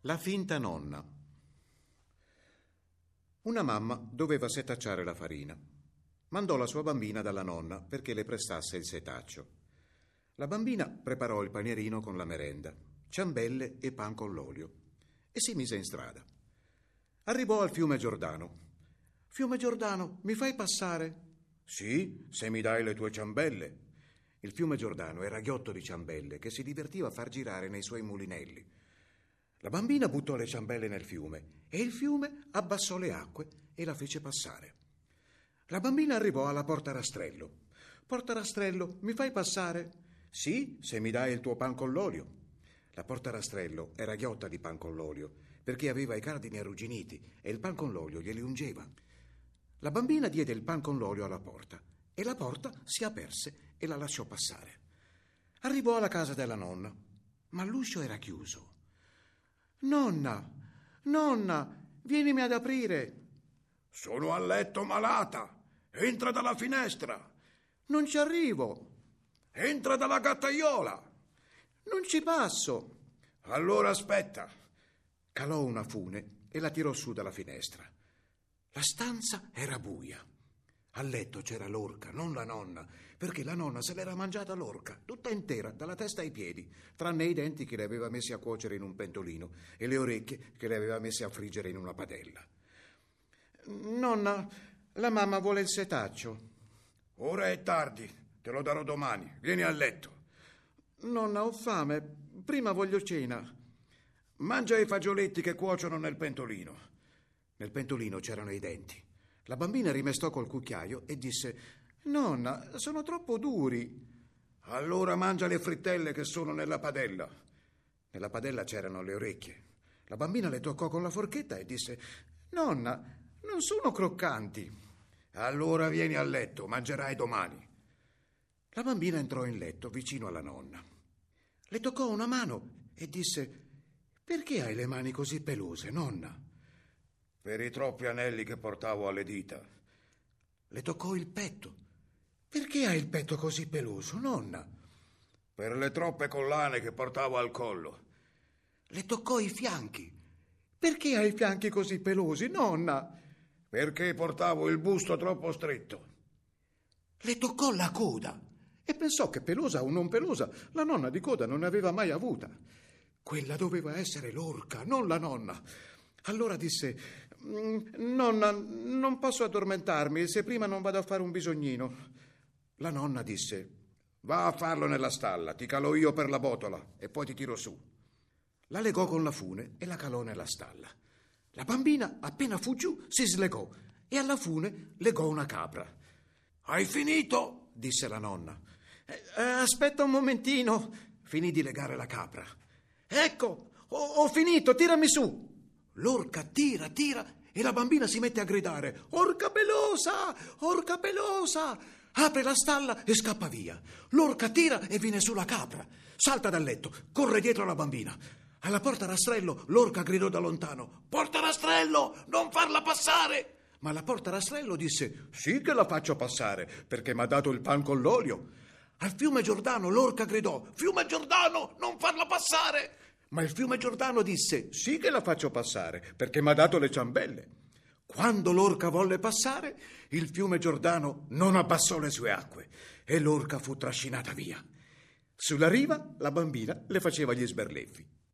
La finta nonna. Una mamma doveva setacciare la farina. Mandò la sua bambina dalla nonna perché le prestasse il setaccio. La bambina preparò il panierino con la merenda, ciambelle e pan con l'olio e si mise in strada. Arrivò al fiume Giordano. «Fiume Giordano, mi fai passare?» «Sì, se mi dai le tue ciambelle». Il fiume Giordano era ghiotto di ciambelle che si divertiva a far girare nei suoi mulinelli. La bambina buttò le ciambelle nel fiume e il fiume abbassò le acque e la fece passare. La bambina arrivò alla Porta Rastrello. «Porta Rastrello, mi fai passare?» «Sì, se mi dai il tuo pan con l'olio». La Porta Rastrello era ghiotta di pan con l'olio perché aveva i cardini arrugginiti e il pan con l'olio glieli ungeva. La bambina diede il pan con l'olio alla porta e la porta si aperse e la lasciò passare. Arrivò alla casa della nonna, ma l'uscio era chiuso. «Nonna, nonna, vienimi ad aprire!» «Sono a letto malata, entra dalla finestra!» «Non ci arrivo!» «Entra dalla gattaiola!» «Non ci passo!» «Allora aspetta!» Calò una fune e la tirò su dalla finestra. La stanza era buia. A letto c'era l'orca, non la nonna, perché la nonna se l'era mangiata l'orca, tutta intera, dalla testa ai piedi, tranne i denti che le aveva messi a cuocere in un pentolino e le orecchie che le aveva messe a friggere in una padella. «Nonna, la mamma vuole il setaccio». «Ora è tardi, te lo darò domani, vieni a letto». «Nonna, ho fame, prima voglio cena». «Mangia i fagioletti che cuociono nel pentolino». Nel pentolino c'erano i denti. La bambina rimestò col cucchiaio e disse: «Nonna, sono troppo duri». «Allora mangia le frittelle che sono nella padella». Nella padella c'erano le orecchie. La bambina le toccò con la forchetta e disse: «Nonna, non sono croccanti». «Allora vieni a letto, mangerai domani». La bambina entrò in letto vicino alla nonna. Le toccò una mano e disse: «Perché hai le mani così pelose, nonna?» «Per i troppi anelli che portavo alle dita». Le toccò il petto. «Perché hai il petto così peloso, nonna?» «Per le troppe collane che portavo al collo». Le toccò i fianchi. «Perché hai i fianchi così pelosi, nonna?» «Perché portavo il busto troppo stretto». Le toccò la coda e pensò che pelosa o non pelosa la nonna di coda non ne aveva mai avuta. Quella doveva essere l'orca, non la nonna. Allora disse: «Nonna, non posso addormentarmi se prima non vado a fare un bisognino». La nonna disse: «Va a farlo nella stalla, ti calo io per la botola e poi ti tiro su». La legò con la fune e la calò nella stalla. La bambina, appena fu giù, si slegò e alla fune legò una capra. «Hai finito?» disse la nonna. Aspetta un momentino». Finì di legare la capra. «Ecco, ho finito, tirami su». L'orca tira e la bambina si mette a gridare: «Orca pelosa! Orca pelosa!» Apre la stalla e scappa via. L'orca tira e viene sulla capra. Salta dal letto, corre dietro la bambina. Alla Porta Rastrello l'orca gridò da lontano: «Porta Rastrello, non farla passare!» Ma la Porta Rastrello disse: «Sì che la faccio passare, perché m'ha dato il pan con l'olio». Al fiume Giordano l'orca gridò: «Fiume Giordano, non farla passare!» Ma il fiume Giordano disse: «Sì che la faccio passare, perché m'ha dato le ciambelle». Quando l'orca volle passare, il fiume Giordano non abbassò le sue acque e l'orca fu trascinata via. Sulla riva la bambina le faceva gli sberleffi.